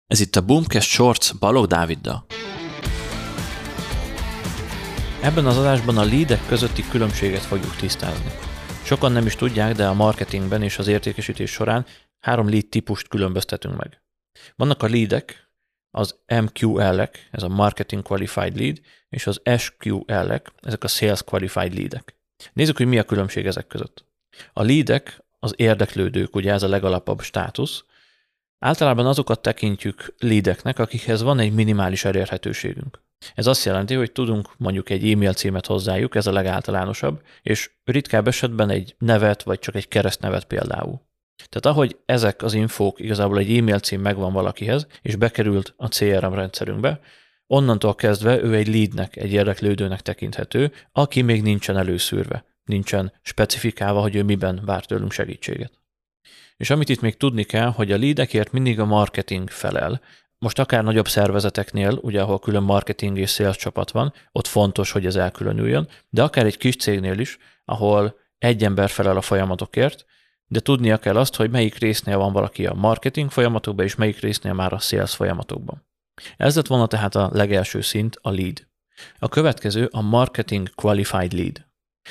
Ez itt a Boomcast Shorts Balogh Dáviddal. Ebben az adásban a leadek közötti különbséget fogjuk tisztázni. Sokan nem is tudják, de a marketingben és az értékesítés során 3 lead típust különböztetünk meg. Vannak a leadek, az MQL-ek, ez a Marketing Qualified Lead, és az SQL-ek, ezek a Sales Qualified Leadek. Nézzük, hogy mi a különbség ezek között. A leadek, az érdeklődők, ugye ez a legalapabb státusz. Általában azokat tekintjük leadeknek, akikhez van egy minimális elérhetőségünk. Ez azt jelenti, hogy tudunk mondjuk egy e-mail címet hozzájuk, ez a legáltalánosabb, és ritkább esetben egy nevet, vagy csak egy keresztnevet például. Tehát ahogy ezek az infók, igazából egy e-mail cím megvan valakihez, és bekerült a CRM rendszerünkbe, onnantól kezdve ő egy leadnek, egy érdeklődőnek tekinthető, aki még nincsen előszűrve, nincsen specifikálva, hogy ő miben vár tőlünk segítséget. És amit itt még tudni kell, hogy a leadekért mindig a marketing felel. Most akár nagyobb szervezeteknél, ugye ahol külön marketing és sales csapat van, ott fontos, hogy ez elkülönüljön, de akár egy kis cégnél is, ahol egy ember felel a folyamatokért, de tudnia kell azt, hogy melyik résznél van valaki a marketing folyamatokban, és melyik résznél már a sales folyamatokban. Ez lett volna tehát a legelső szint, a lead. A következő a Marketing Qualified Lead.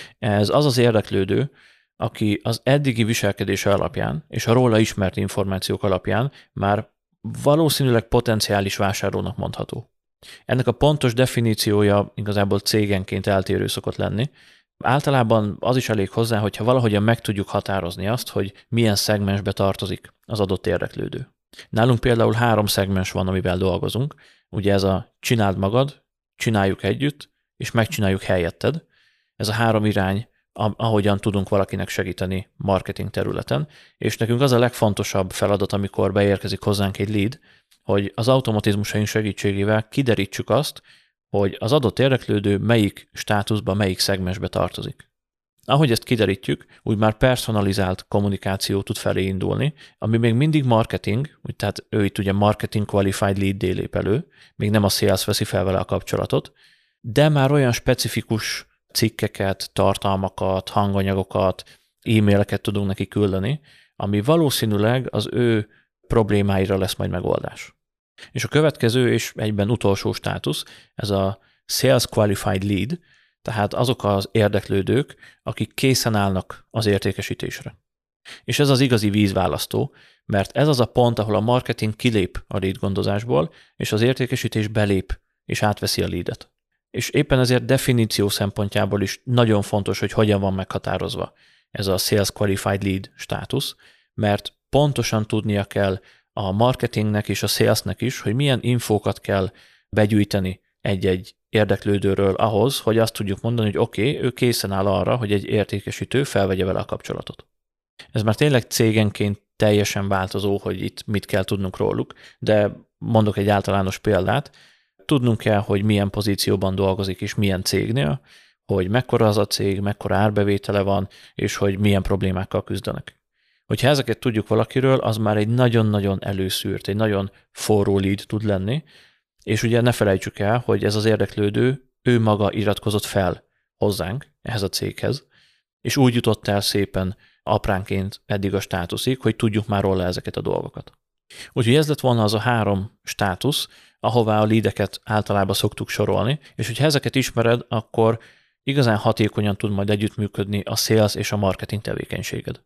Ez az az érdeklődő, aki az eddigi viselkedése alapján és a róla ismert információk alapján már valószínűleg potenciális vásárlónak mondható. Ennek a pontos definíciója igazából cégenként eltérő szokott lenni. Általában az is elég hozzá, hogyha valahogyan meg tudjuk határozni azt, hogy milyen szegmensbe tartozik az adott érdeklődő. Nálunk például 3 szegmens van, amivel dolgozunk. Ugye ez a csináld magad, csináljuk együtt, és megcsináljuk helyetted. Ez a 3 irány, ahogyan tudunk valakinek segíteni marketing területen, és nekünk az a legfontosabb feladat, amikor beérkezik hozzánk egy lead, hogy az automatizmusaink segítségével kiderítsük azt, hogy az adott érdeklődő melyik státuszba, melyik szegmensbe tartozik. Ahogy ezt kiderítjük, úgy már personalizált kommunikáció tud felé indulni, ami még mindig marketing, tehát ő itt ugye Marketing Qualified Lead-dé lép elő, még nem a sales veszi fel vele a kapcsolatot, de már olyan specifikus cikkeket, tartalmakat, hanganyagokat, e-maileket tudunk neki küldeni, ami valószínűleg az ő problémáira lesz majd megoldás. És a következő és egyben utolsó státusz, ez a Sales Qualified Lead, tehát azok az érdeklődők, akik készen állnak az értékesítésre. És ez az igazi vízválasztó, mert ez az a pont, ahol a marketing kilép a lead gondozásból, és az értékesítés belép és átveszi a leadet. És éppen ezért definíció szempontjából is nagyon fontos, hogy hogyan van meghatározva ez a Sales Qualified Lead státusz, mert pontosan tudnia kell a marketingnek és a salesnek is, hogy milyen infókat kell begyűjteni egy-egy érdeklődőről ahhoz, hogy azt tudjuk mondani, hogy oké, ő készen áll arra, hogy egy értékesítő felvegye vele a kapcsolatot. Ez már tényleg cégenként teljesen változó, hogy itt mit kell tudnunk róluk, de mondok egy általános példát. Tudnunk kell, hogy milyen pozícióban dolgozik és milyen cégnél, hogy mekkora az a cég, mekkora árbevétele van, és hogy milyen problémákkal küzdenek. Hogyha ezeket tudjuk valakiről, az már egy nagyon-nagyon előszűrt, egy nagyon forró lead tud lenni, és ugye ne felejtsük el, hogy ez az érdeklődő, ő maga iratkozott fel hozzánk, ehhez a céghez, és úgy jutott el szépen apránként eddig a státuszig, hogy tudjuk már róla ezeket a dolgokat. Úgyhogy ez lett volna az a 3 státusz, ahová a leadeket általában szoktuk sorolni, és hogyha ezeket ismered, akkor igazán hatékonyan tud majd együttműködni a sales és a marketing tevékenységed.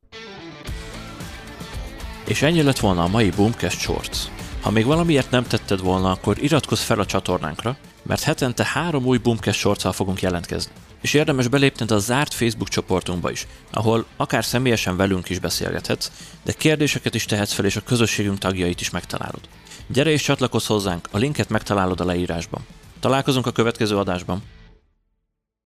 És ennyi lett volna a mai Boomcast Shorts. Ha még valamiért nem tetted volna, akkor iratkozz fel a csatornánkra, mert hetente 3 új Boomcast Shortszal fogunk jelentkezni. És érdemes belépned a zárt Facebook csoportunkba is, ahol akár személyesen velünk is beszélgethetsz, de kérdéseket is tehetsz fel, és a közösségünk tagjait is megtalálod. Gyere és csatlakozz hozzánk, a linket megtalálod a leírásban. Találkozunk a következő adásban.